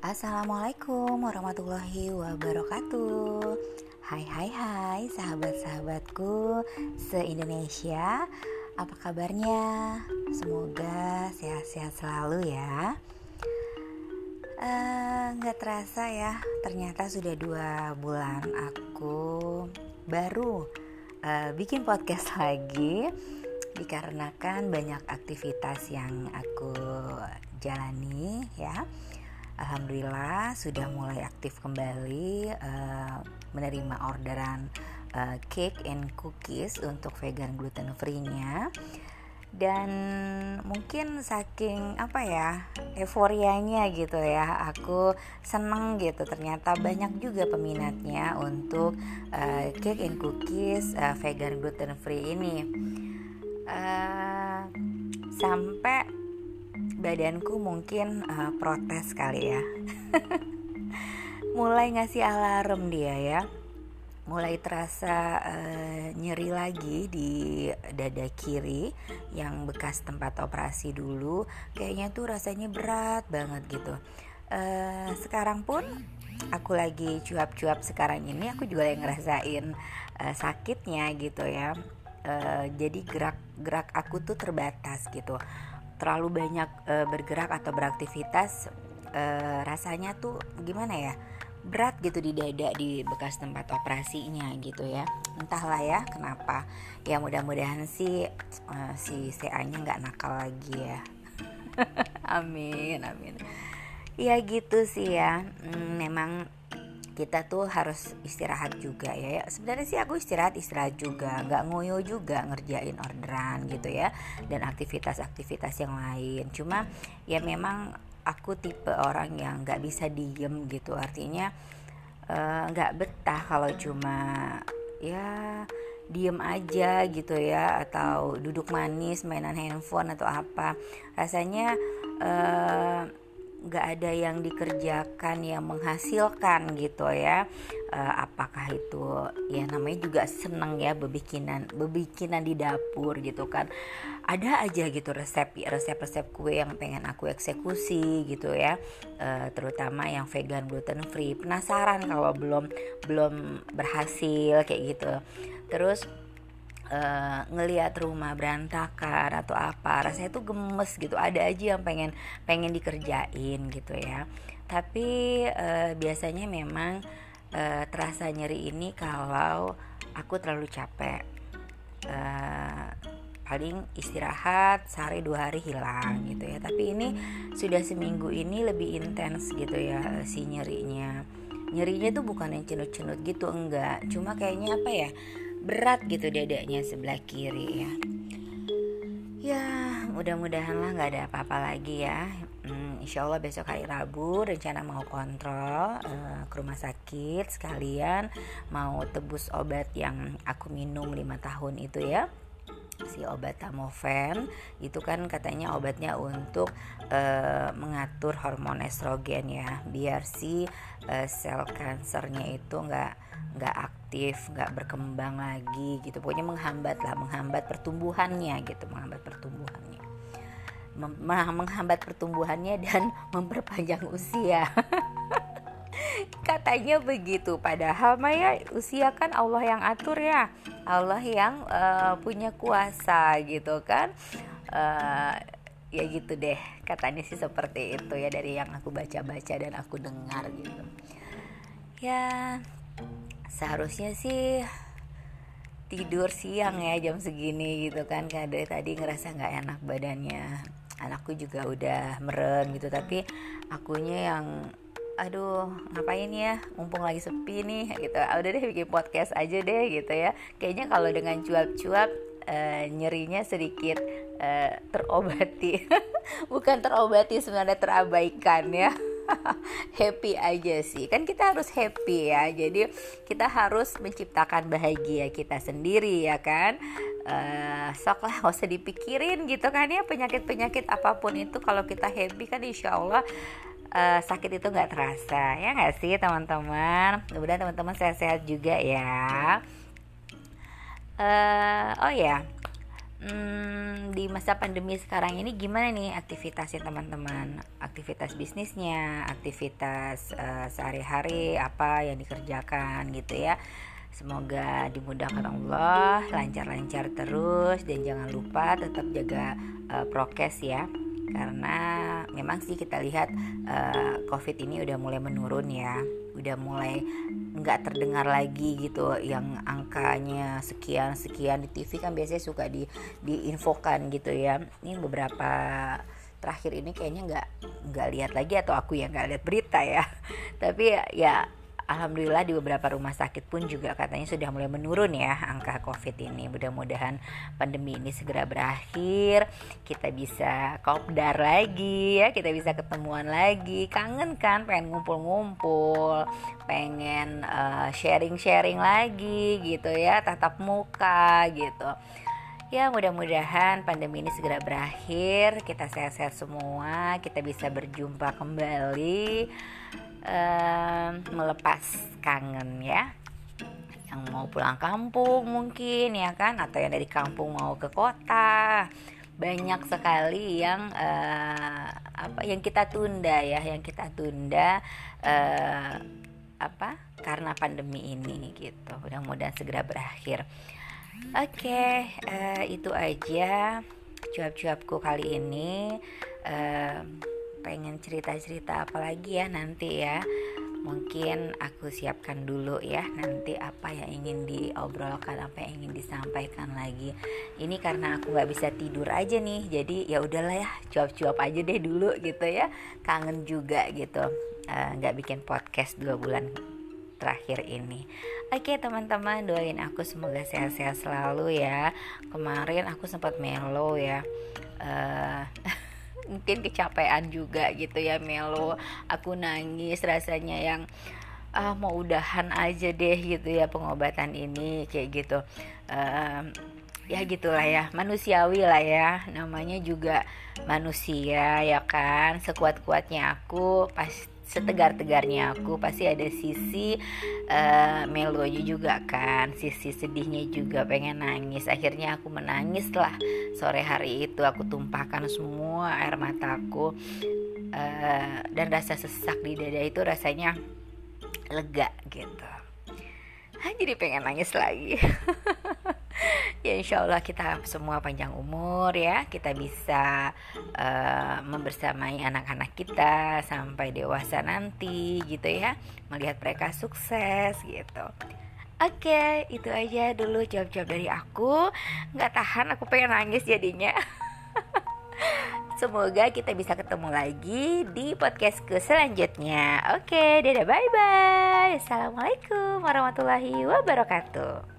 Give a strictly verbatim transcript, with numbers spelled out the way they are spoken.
Assalamualaikum warahmatullahi wabarakatuh. Hai hai hai sahabat-sahabatku se-Indonesia. Apa kabarnya? Semoga sehat-sehat selalu ya. Eh, Gak terasa ya, ternyata sudah dua bulan aku baru uh, bikin podcast lagi. Dikarenakan banyak aktivitas yang aku jalani ya. Alhamdulillah sudah mulai aktif kembali uh, menerima orderan uh, cake and cookies untuk vegan gluten free nya. Dan mungkin saking apa ya euforianya gitu ya, aku seneng gitu, ternyata banyak juga peminatnya untuk uh, cake and cookies uh, vegan gluten free ini. uh, Sampai badanku mungkin uh, protes kali ya. Mulai ngasih alarm dia ya. Mulai terasa uh, nyeri lagi di dada kiri yang bekas tempat operasi dulu. Kayaknya tuh rasanya berat banget gitu. uh, Sekarang pun aku lagi cuap-cuap sekarang ini, aku juga yang ngerasain uh, sakitnya gitu ya. uh, Jadi gerak-gerak aku tuh terbatas gitu. Terlalu banyak e, bergerak atau beraktivitas, e, rasanya tuh gimana ya, berat gitu di dada, di bekas tempat operasinya gitu ya. Entahlah ya kenapa. Ya mudah-mudahan sih e, si C A-nya nggak nakal lagi ya. Amin amin. Ya gitu sih ya. hmm, Memang kita tuh harus istirahat juga ya. Sebenarnya sih aku istirahat istirahat juga, nggak ngoyo juga ngerjain orderan gitu ya, dan aktivitas-aktivitas yang lain. Cuma ya memang aku tipe orang yang nggak bisa diem gitu. Artinya uh, nggak betah kalau cuma ya diem aja gitu ya, atau duduk manis mainan handphone atau apa. Rasanya uh, gak ada yang dikerjakan yang menghasilkan gitu ya. E, apakah itu ya namanya juga seneng ya, bebikinan bebikinan di dapur gitu kan. Ada aja gitu resep resep-resep kue yang pengen aku eksekusi gitu ya. E, terutama yang vegan gluten free. Penasaran kalau belum belum berhasil kayak gitu. Terus Uh, ngelihat rumah berantakan atau apa, rasanya tuh gemes gitu. Ada aja yang pengen pengen dikerjain gitu ya. Tapi uh, biasanya memang uh, terasa nyeri ini kalau aku terlalu capek. Uh, paling istirahat sehari dua hari hilang gitu ya. Tapi ini sudah seminggu ini lebih intens gitu ya si nyerinya. Nyerinya tuh bukan yang cenut-cenut gitu, enggak. Cuma kayaknya apa ya, berat gitu dadanya sebelah kiri ya. Ya mudah-mudahan lah gak ada apa-apa lagi ya. hmm, Insya Allah besok hari Rabu rencana mau kontrol uh, ke rumah sakit, sekalian mau tebus obat yang aku minum lima tahun itu ya, si obat Tamoven. Itu kan katanya obatnya untuk uh, mengatur hormon estrogen ya, biar si uh, sel kansernya itu nggak nggak aktif, nggak berkembang lagi gitu. Pokoknya menghambat lah, menghambat pertumbuhannya gitu, menghambat pertumbuhannya, Mem- menghambat pertumbuhannya dan memperpanjang usia. Katanya begitu. Padahal Maya, usia kan Allah yang atur ya, Allah yang uh, punya kuasa gitu kan. uh, Ya gitu deh, katanya sih seperti itu ya, dari yang aku baca-baca dan aku dengar gitu. Ya seharusnya sih tidur siang ya jam segini gitu kan, karena dari tadi ngerasa nggak enak badannya. Anakku juga udah merem gitu, tapi akunya yang aduh ngapain ya, mumpung lagi sepi nih gitu. Udah deh bikin podcast aja deh gitu ya. Kayaknya kalau dengan cuap-cuap uh, nyerinya sedikit uh, terobati. Bukan terobati, sebenarnya terabaikan ya. Happy aja sih, kan kita harus happy ya. Jadi kita harus menciptakan bahagia kita sendiri ya kan. uh, Sok lah gak usah dipikirin gitu kan ya, penyakit-penyakit apapun itu. Kalau kita happy kan insya Allah uh, sakit itu gak terasa. Ya gak sih teman-teman? Mudah-mudahan teman-teman sehat-sehat juga ya. uh, Oh ya, Hmm, di masa pandemi sekarang ini gimana nih aktivitasnya teman-teman? Aktivitas bisnisnya, aktivitas uh, sehari-hari apa yang dikerjakan gitu ya. Semoga dimudahkan Allah, lancar-lancar terus, dan jangan lupa tetap jaga uh, prokes ya. Karena memang sih kita lihat uh, COVID ini udah mulai menurun ya, udah mulai nggak terdengar lagi gitu yang angkanya sekian sekian. Di T V kan biasanya suka di diinfokan gitu ya. Ini beberapa terakhir ini kayaknya nggak nggak lihat lagi, atau aku yang nggak lihat berita ya. Tapi ya, ya alhamdulillah di beberapa rumah sakit pun juga katanya sudah mulai menurun ya angka COVID ini. Mudah-mudahan pandemi ini segera berakhir, kita bisa kopdar lagi ya, kita bisa ketemuan lagi. Kangen kan, pengen ngumpul-ngumpul, pengen uh, sharing-sharing lagi gitu ya, tatap muka gitu. Ya mudah-mudahan pandemi ini segera berakhir, kita sehat-sehat semua, kita bisa berjumpa kembali, um, melepas kangen ya. Yang mau pulang kampung mungkin ya kan, atau yang dari kampung mau ke kota. Banyak sekali yang uh, apa yang kita tunda ya, yang kita tunda uh, apa karena pandemi ini gitu. Mudah-mudahan segera berakhir. Oke, okay, uh, itu aja cuap-cuapku kali ini. Uh, pengen cerita-cerita apa lagi ya nanti ya. Mungkin aku siapkan dulu ya nanti apa yang ingin diobrolkan, apa yang ingin disampaikan lagi. Ini karena aku nggak bisa tidur aja nih, jadi ya udahlah ya, cuap-cuap aja deh dulu gitu ya. Kangen juga gitu, nggak uh, bikin podcast dua bulan terakhir ini. Oke teman-teman, doain aku semoga sehat-sehat selalu ya. Kemarin aku sempat melo ya, uh, mungkin kecapean juga gitu ya melo. Aku nangis rasanya yang ah mau udahan aja deh gitu ya pengobatan ini kayak gitu. Uh, ya gitulah ya, manusiawi lah ya, namanya juga manusia ya kan. Sekuat-kuatnya aku pasti, setegar-tegarnya aku pasti ada sisi uh, melonya juga kan, sisi sedihnya juga, pengen nangis. Akhirnya aku menangis lah sore hari itu, aku tumpahkan semua air mataku, uh, dan rasa sesak di dada itu rasanya lega gitu. Hah, jadi pengen nangis lagi. Ya insya Allah kita semua panjang umur ya, kita bisa uh, membersamai anak-anak kita sampai dewasa nanti gitu ya, melihat mereka sukses gitu. Oke, itu aja dulu jawab-jawab dari aku. Gak tahan, aku pengen nangis jadinya. Semoga kita bisa ketemu lagi di podcastku selanjutnya. Oke, dadah, bye-bye. Assalamualaikum warahmatullahi wabarakatuh.